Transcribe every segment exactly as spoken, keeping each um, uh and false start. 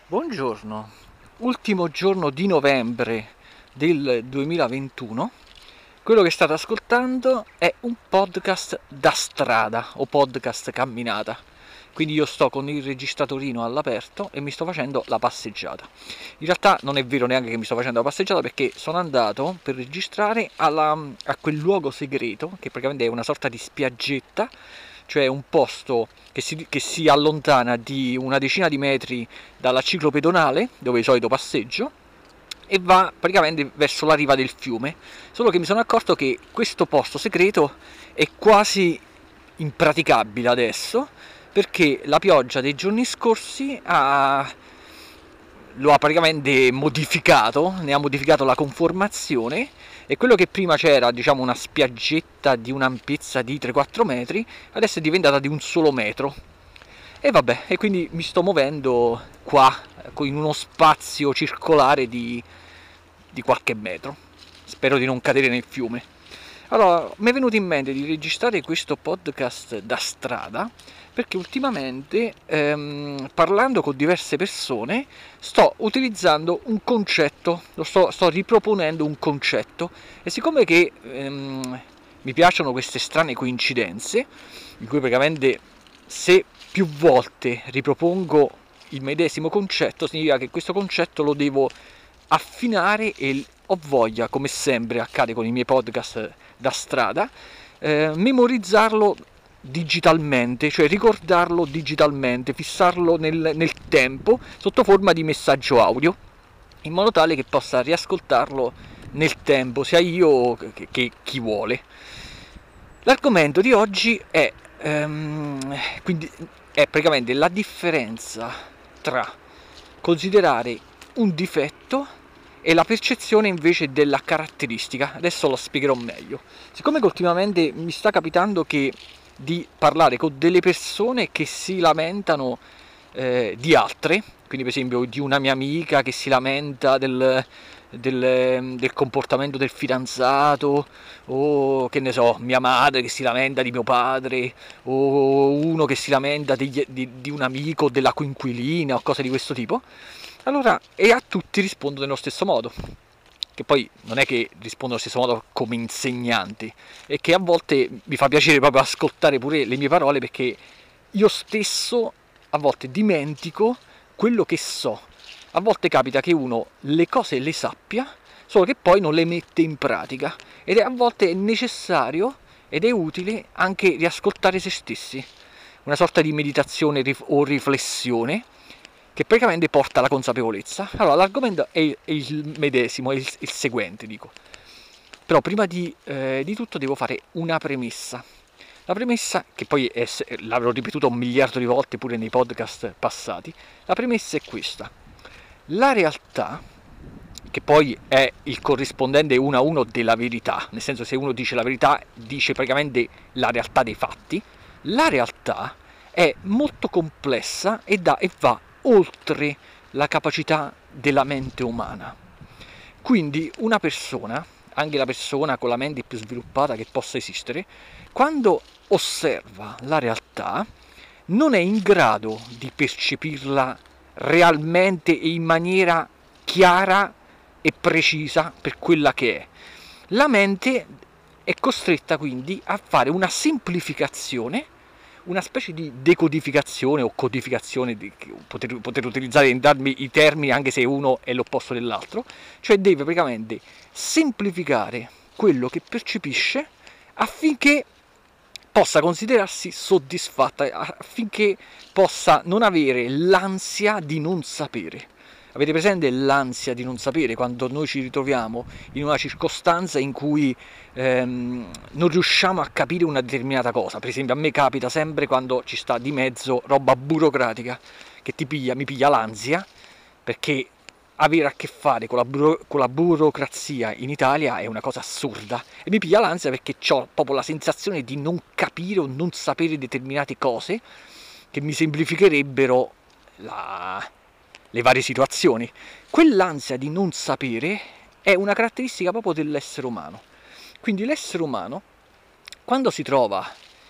Buongiorno, ultimo giorno di novembre del duemilaventuno. Quello che state ascoltando è un podcast da strada o podcast camminata. Quindi io sto con il registratorino all'aperto e mi sto facendo la passeggiata. In realtà non è vero neanche che mi sto facendo la passeggiata, perché sono andato per registrare alla, a quel luogo segreto, che praticamente è una sorta di spiaggetta, cioè un posto che si, che si allontana di una decina di metri dalla ciclopedonale, dove di solito passeggio, e va praticamente verso la riva del fiume. Solo che mi sono accorto che questo posto segreto è quasi impraticabile adesso, perché la pioggia dei giorni scorsi ha, lo ha praticamente modificato, ne ha modificato la conformazione, e quello che prima c'era, diciamo, una spiaggetta di un'ampiezza di tre quattro metri, adesso è diventata di un solo metro. E vabbè, e quindi mi sto muovendo qua in uno spazio circolare di, di qualche metro. Spero di non cadere nel fiume. Allora, mi è venuto in mente di registrare questo podcast da strada perché ultimamente, ehm, parlando con diverse persone, sto utilizzando un concetto, lo sto, sto riproponendo un concetto, e siccome che ehm, mi piacciono queste strane coincidenze, in cui praticamente se più volte ripropongo il medesimo concetto, significa che questo concetto lo devo affinare e ho voglia, come sempre accade con i miei podcast da strada, eh, memorizzarlo digitalmente, cioè ricordarlo digitalmente, fissarlo nel, nel tempo sotto forma di messaggio audio, in modo tale che possa riascoltarlo nel tempo, sia io che, che chi vuole. L'argomento di oggi è, ehm, quindi, è praticamente la differenza tra considerare un difetto e la percezione invece della caratteristica. Adesso lo spiegherò meglio. Siccome che ultimamente mi sta capitando che di parlare con delle persone che si lamentano eh, di altre, quindi per esempio di una mia amica che si lamenta del, del, del comportamento del fidanzato, o che ne so, mia madre che si lamenta di mio padre, o uno che si lamenta di, di, di un amico, della coinquilina o cose di questo tipo. Allora, e a tutti rispondo nello stesso modo, che poi non è che rispondo allo stesso modo come insegnanti, è che a volte mi fa piacere proprio ascoltare pure le mie parole, perché io stesso a volte dimentico quello che so. A volte capita che uno le cose le sappia, solo che poi non le mette in pratica, ed è a volte è necessario ed è utile anche riascoltare se stessi, una sorta di meditazione o riflessione che praticamente porta alla consapevolezza. Allora, l'argomento è il medesimo, è il, il seguente, dico. Però prima di, eh, di tutto devo fare una premessa. La premessa, che poi è, l'avrò ripetuto un miliardo di volte pure nei podcast passati, la premessa è questa. La realtà, che poi è il corrispondente uno a uno della verità, nel senso, se uno dice la verità, dice praticamente la realtà dei fatti, la realtà è molto complessa e, da, e va oltre la capacità della mente umana. Quindi una persona, anche la persona con la mente più sviluppata che possa esistere, quando osserva la realtà non è in grado di percepirla realmente e in maniera chiara e precisa per quella che è. La mente è costretta quindi a fare una semplificazione, una specie di decodificazione o codificazione, di, poter, poter utilizzare in darmi i termini anche se uno è l'opposto dell'altro, cioè deve praticamente semplificare quello che percepisce affinché possa considerarsi soddisfatta, affinché possa non avere l'ansia di non sapere. Avete presente l'ansia di non sapere, quando noi ci ritroviamo in una circostanza in cui ehm, non riusciamo a capire una determinata cosa? Per esempio, a me capita sempre quando ci sta di mezzo roba burocratica che ti piglia, mi piglia l'ansia, perché avere a che fare con la, buro- con la burocrazia in Italia è una cosa assurda, e mi piglia l'ansia perché ho proprio la sensazione di non capire o non sapere determinate cose che mi semplificherebbero la... le varie situazioni. Quell'ansia di non sapere è una caratteristica proprio dell'essere umano. Quindi l'essere umano, quando si trova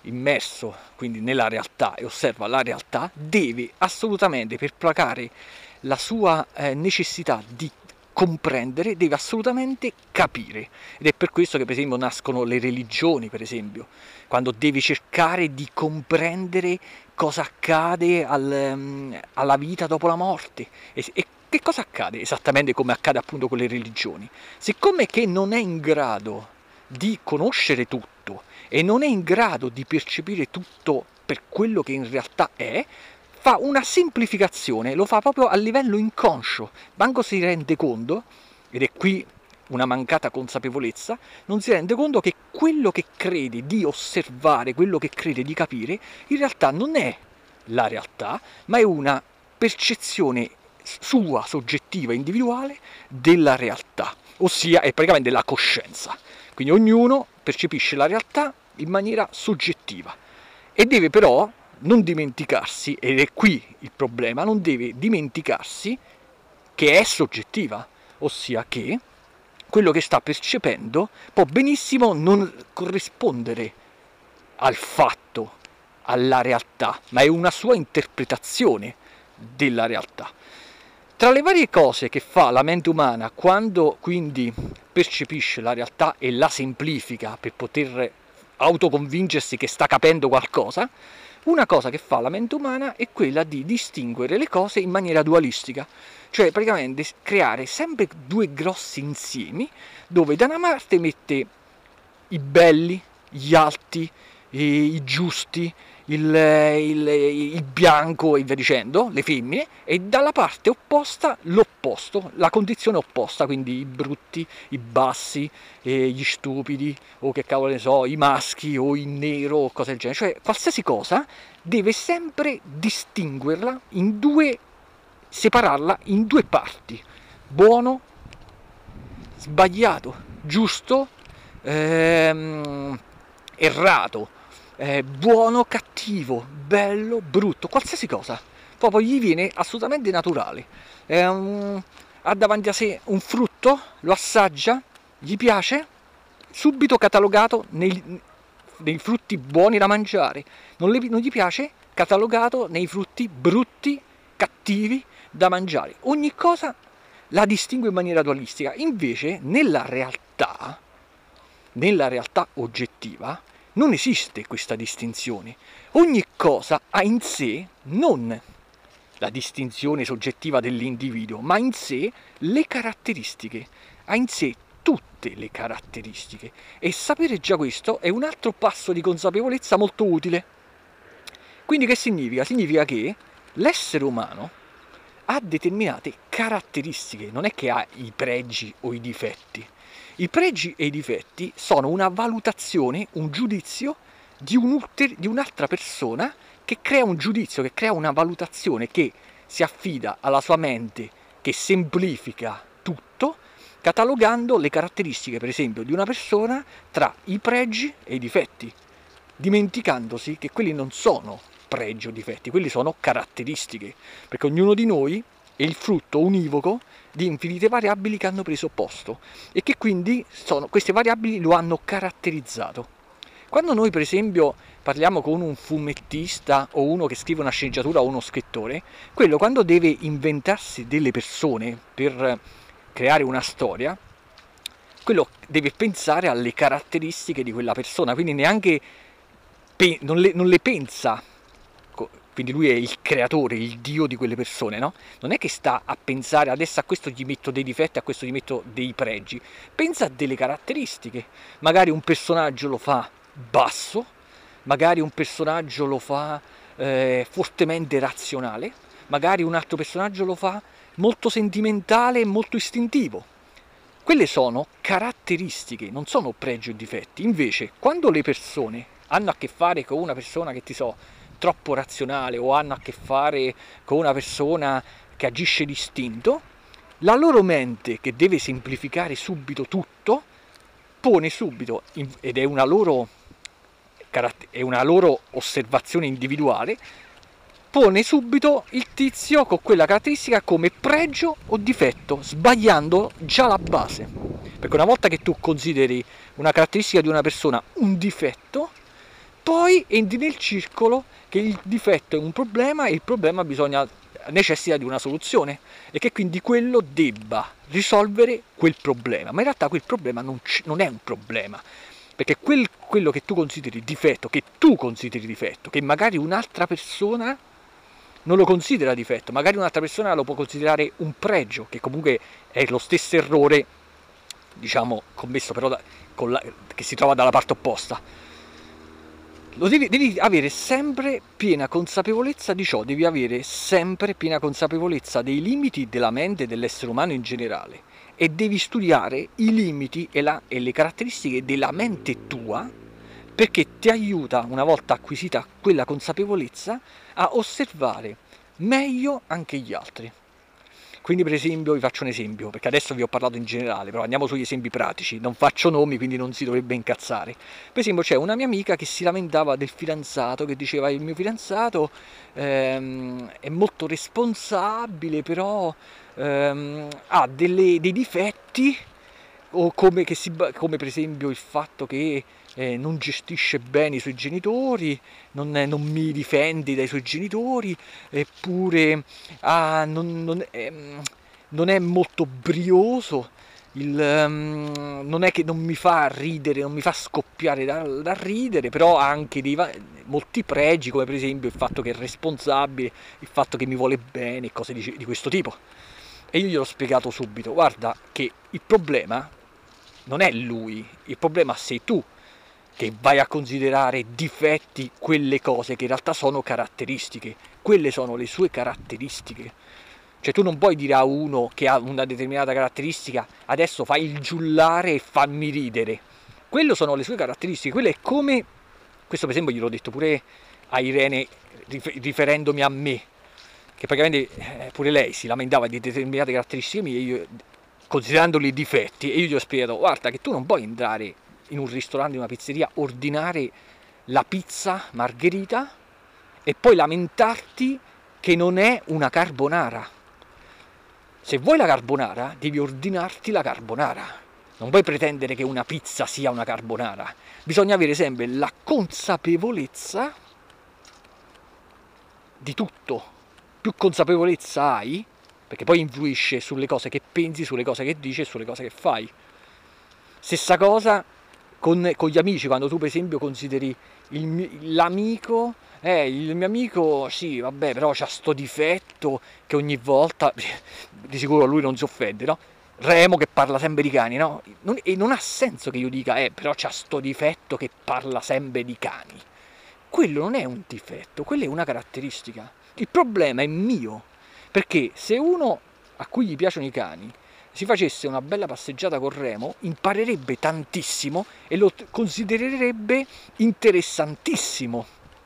immerso quindi nella realtà e osserva la realtà, deve assolutamente, per placare la sua eh, necessità di comprendere, deve assolutamente capire, ed è per questo che per esempio nascono le religioni, per esempio, quando devi cercare di comprendere cosa accade al, alla vita dopo la morte e, e che cosa accade, esattamente come accade appunto con le religioni. Siccome che non è in grado di conoscere tutto e non è in grado di percepire tutto per quello che in realtà è, fa una semplificazione, lo fa proprio a livello inconscio, manco si rende conto, ed è qui una mancata consapevolezza, non si rende conto che quello che crede di osservare, quello che crede di capire, in realtà non è la realtà, ma è una percezione sua, soggettiva, individuale, della realtà, ossia è praticamente la coscienza. Quindi ognuno percepisce la realtà in maniera soggettiva e deve però non dimenticarsi, ed è qui il problema, non deve dimenticarsi che è soggettiva, ossia che quello che sta percependo può benissimo non corrispondere al fatto, alla realtà, ma è una sua interpretazione della realtà. Tra le varie cose che fa la mente umana quando quindi percepisce la realtà e la semplifica per poter autoconvincersi che sta capendo qualcosa, una cosa che fa la mente umana è quella di distinguere le cose in maniera dualistica, cioè praticamente creare sempre due grossi insiemi dove da una parte mette i belli, gli alti, i giusti, il, il, il bianco e via dicendo, le femmine, e dalla parte opposta l'opposto, la condizione opposta, quindi i brutti, i bassi, eh, gli stupidi, o che cavolo ne so, i maschi o il nero o cose del genere. Cioè qualsiasi cosa deve sempre distinguerla in due, separarla in due parti: buono, sbagliato, giusto, ehm, errato, eh, buono, cattivo, bello, brutto, qualsiasi cosa, proprio gli viene assolutamente naturale. Eh, um, ha davanti a sé un frutto, lo assaggia, gli piace, subito catalogato nei, nei frutti buoni da mangiare, non, le, non gli piace, catalogato nei frutti brutti, cattivi da mangiare. Ogni cosa la distingue in maniera dualistica. Invece nella realtà, nella realtà oggettiva, non esiste questa distinzione. Ogni cosa ha in sé non la distinzione soggettiva dell'individuo, ma in sé le caratteristiche, ha in sé tutte le caratteristiche. E sapere già questo è un altro passo di consapevolezza molto utile. Quindi che significa? Significa che l'essere umano ha determinate caratteristiche, non è che ha i pregi o i difetti. I pregi e i difetti sono una valutazione, un giudizio di, un, di un'altra persona che crea un giudizio, che crea una valutazione, che si affida alla sua mente, che semplifica tutto, catalogando le caratteristiche, per esempio, di una persona tra i pregi e i difetti, dimenticandosi che quelli non sono pregi o difetti, quelli sono caratteristiche, perché ognuno di noi è il frutto univoco di infinite variabili che hanno preso posto e che quindi sono, queste variabili lo hanno caratterizzato. Quando noi per esempio parliamo con un fumettista o uno che scrive una sceneggiatura o uno scrittore, quello quando deve inventarsi delle persone per creare una storia, quello deve pensare alle caratteristiche di quella persona, quindi neanche pe- non, le, non le pensa. Quindi lui è il creatore, il dio di quelle persone, no? Non è che sta a pensare adesso a questo gli metto dei difetti, a questo gli metto dei pregi. Pensa a delle caratteristiche. Magari un personaggio lo fa basso, magari un personaggio lo fa eh, fortemente razionale, magari un altro personaggio lo fa molto sentimentale e molto istintivo. Quelle sono caratteristiche, non sono pregi o difetti. Invece, quando le persone hanno a che fare con una persona che ti so troppo razionale o hanno a che fare con una persona che agisce d'istinto, la loro mente, che deve semplificare subito tutto, pone subito, ed è una loro, è una loro osservazione individuale, pone subito il tizio con quella caratteristica come pregio o difetto, sbagliando già la base. Perché una volta che tu consideri una caratteristica di una persona un difetto, poi entri nel circolo che il difetto è un problema e il problema bisogna necessita di una soluzione e che quindi quello debba risolvere quel problema, ma in realtà quel problema non, non è un problema, perché quel, quello che tu consideri difetto, che tu consideri difetto, che magari un'altra persona non lo considera difetto, magari un'altra persona lo può considerare un pregio, che comunque è lo stesso errore, diciamo, commesso però da, con la, che si trova dalla parte opposta. Lo devi, devi avere sempre piena consapevolezza di ciò, devi avere sempre piena consapevolezza dei limiti della mente e dell'essere umano in generale, e devi studiare i limiti e, la, e le caratteristiche della mente tua, perché ti aiuta, una volta acquisita quella consapevolezza, a osservare meglio anche gli altri. Quindi per esempio, vi faccio un esempio, perché adesso vi ho parlato in generale, però andiamo sugli esempi pratici, non faccio nomi quindi non si dovrebbe incazzare. Per esempio c'è una mia amica che si lamentava del fidanzato, che diceva il mio fidanzato ehm, è molto responsabile, però ehm, ha delle, dei difetti, o come, che si, come per esempio il fatto che eh, non gestisce bene i suoi genitori, non, è, non mi difende dai suoi genitori, eppure ah, non, non, è, non è molto brioso, il, um, non è che non mi fa ridere, non mi fa scoppiare da, da ridere, però ha anche dei, molti pregi, come per esempio il fatto che è responsabile, il fatto che mi vuole bene, cose di, di questo tipo. E io gli ho spiegato subito, guarda che il problema non è lui, il problema sei tu che vai a considerare difetti quelle cose che in realtà sono caratteristiche, quelle sono le sue caratteristiche. Cioè tu non puoi dire a uno che ha una determinata caratteristica adesso fai il giullare e fammi ridere. Quello sono le sue caratteristiche, quello è come, questo per esempio gliel'ho detto pure a Irene riferendomi a me, che praticamente eh, pure lei si lamentava di determinate caratteristiche mie, io, considerandoli difetti, e io gli ho spiegato, guarda che tu non puoi entrare in un ristorante, in una pizzeria, ordinare la pizza margherita e poi lamentarti che non è una carbonara. Se vuoi la carbonara, devi ordinarti la carbonara. Non puoi pretendere che una pizza sia una carbonara. Bisogna avere sempre la consapevolezza di tutto. Più consapevolezza hai, perché poi influisce sulle cose che pensi, sulle cose che dici e sulle cose che fai. Stessa cosa con, con gli amici, quando tu per esempio consideri l'amico, eh, il mio amico, sì, vabbè, però c'ha sto difetto che ogni volta, di sicuro lui non si offende, no? Remo che parla sempre di cani, no? Non, e non ha senso che io dica, eh, però c'ha sto difetto che parla sempre di cani. Quello non è un difetto, quella è una caratteristica. Il problema è mio, perché se uno a cui gli piacciono i cani si facesse una bella passeggiata con Remo, imparerebbe tantissimo e lo considererebbe interessantissimo.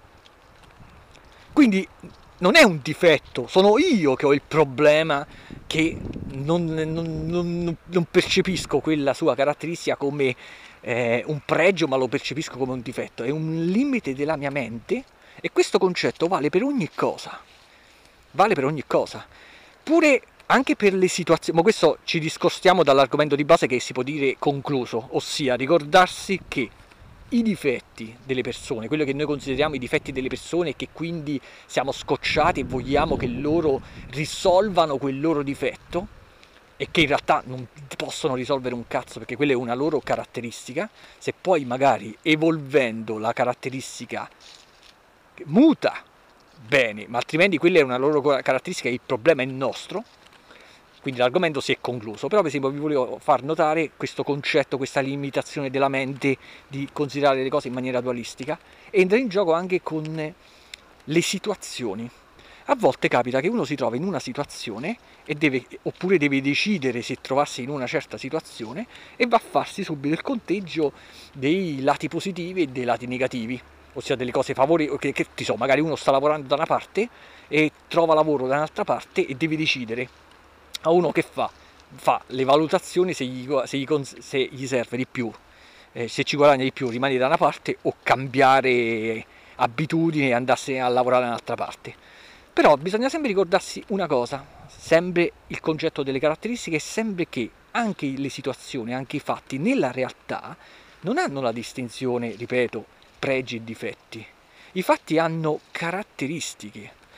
Quindi non è un difetto, sono io che ho il problema che non, non, non, non percepisco quella sua caratteristica come eh, un pregio, ma lo percepisco come un difetto. È un limite della mia mente, e questo concetto vale per ogni cosa. Vale per ogni cosa. Pure anche per le situazioni, ma questo ci discostiamo dall'argomento di base che si può dire concluso, ossia ricordarsi che i difetti delle persone, quello che noi consideriamo i difetti delle persone e che quindi siamo scocciati e vogliamo che loro risolvano quel loro difetto, e che in realtà non possono risolvere un cazzo perché quella è una loro caratteristica, se poi magari evolvendo la caratteristica muta, bene, ma altrimenti quella è una loro caratteristica e il problema è nostro. Quindi l'argomento si è concluso, però per esempio vi volevo far notare questo concetto, questa limitazione della mente di considerare le cose in maniera dualistica, e entra in gioco anche con le situazioni. A volte capita che uno si trova in una situazione e deve, oppure deve decidere se trovarsi in una certa situazione, e va a farsi subito il conteggio dei lati positivi e dei lati negativi, ossia delle cose favorevoli, che, che ti so, magari uno sta lavorando da una parte e trova lavoro da un'altra parte e deve decidere. A uno che fa? Fa le valutazioni se gli, se gli, se gli serve di più, eh, se ci guadagna di più rimanere da una parte o cambiare abitudini e andarsene a lavorare da un'altra parte. Però bisogna sempre ricordarsi una cosa, sempre il concetto delle caratteristiche, è sempre che anche le situazioni, anche i fatti nella realtà non hanno la distinzione, ripeto, pregi e difetti. I fatti hanno caratteristiche.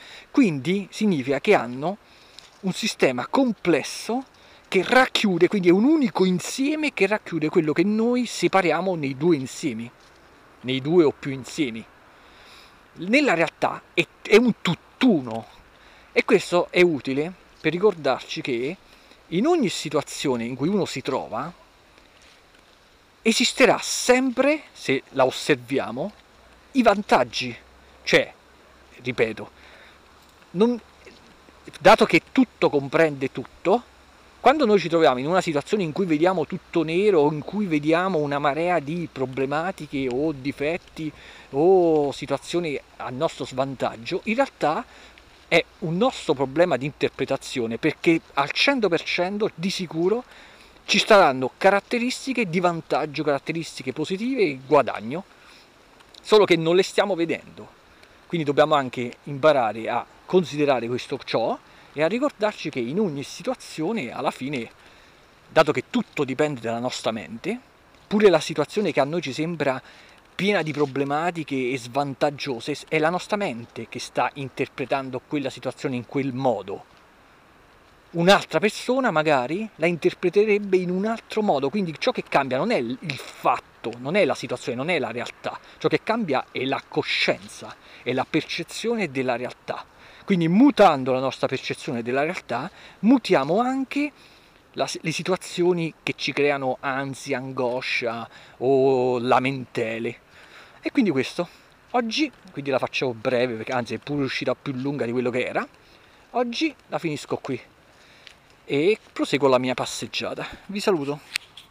Quindi significa che hanno un sistema complesso che racchiude, quindi è un unico insieme che racchiude quello che noi separiamo nei due insiemi, nei due o più insiemi. Nella realtà è, è un tutt'uno, e questo è utile per ricordarci che in ogni situazione in cui uno si trova esisterà sempre, se la osserviamo, i vantaggi. Cioè, ripeto, non, dato che tutto comprende tutto, quando noi ci troviamo in una situazione in cui vediamo tutto nero o in cui vediamo una marea di problematiche o difetti o situazioni a nostro svantaggio, in realtà è un nostro problema di interpretazione, perché al cento per cento di sicuro ci staranno caratteristiche di vantaggio, caratteristiche positive e guadagno, solo che non le stiamo vedendo. Quindi dobbiamo anche imparare a considerare questo ciò e a ricordarci che in ogni situazione, alla fine, dato che tutto dipende dalla nostra mente, pure la situazione che a noi ci sembra piena di problematiche e svantaggiose, è la nostra mente che sta interpretando quella situazione in quel modo. Un'altra persona magari la interpreterebbe in un altro modo, quindi ciò che cambia non è il fatto, non è la situazione, non è la realtà, ciò che cambia è la coscienza, è la percezione della realtà. Quindi mutando la nostra percezione della realtà, mutiamo anche la, le situazioni che ci creano ansia, angoscia o lamentele. E quindi questo, oggi, quindi la faccio breve, perché anzi è pure uscita più lunga di quello che era, oggi la finisco qui e proseguo la mia passeggiata. Vi saluto.